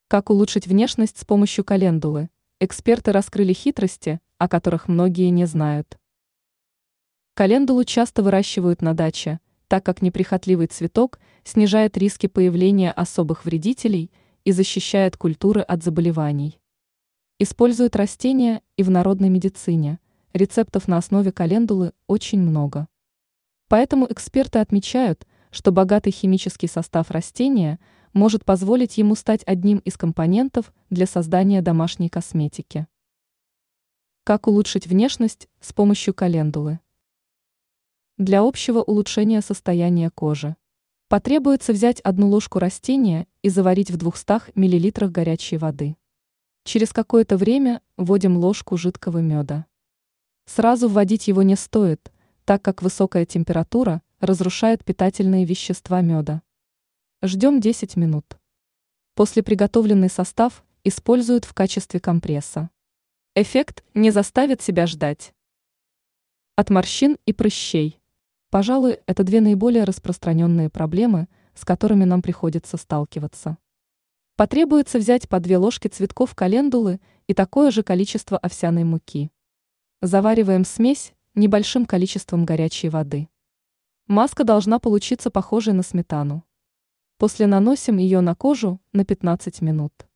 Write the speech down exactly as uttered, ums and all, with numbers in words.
Как улучшить внешность с помощью календулы? Эксперты раскрыли хитрости, о которых многие не знают. Календулу часто выращивают на даче, так как неприхотливый цветок снижает риски появления особых вредителей и защищает культуры от заболеваний. Используют растения и в народной медицине. Рецептов на основе календулы очень много. Поэтому эксперты отмечают, что богатый химический состав растения может позволить ему стать одним из компонентов для создания домашней косметики. Как улучшить внешность с помощью календулы? Для общего улучшения состояния кожи потребуется взять одну ложку растения и заварить в двухстах миллилитрах горячей воды. Через какое-то время вводим ложку жидкого меда. Сразу вводить его не стоит, так как высокая температура разрушает питательные вещества меда. Ждем десять минут. После приготовленный состав используют в качестве компресса. Эффект не заставит себя ждать. От морщин и прыщей. Пожалуй, это две наиболее распространенные проблемы, с которыми нам приходится сталкиваться. Потребуется взять по две ложки цветков календулы и такое же количество овсяной муки. Завариваем смесь небольшим количеством горячей воды. Маска должна получиться похожей на сметану. После наносим ее на кожу на пятнадцать минут.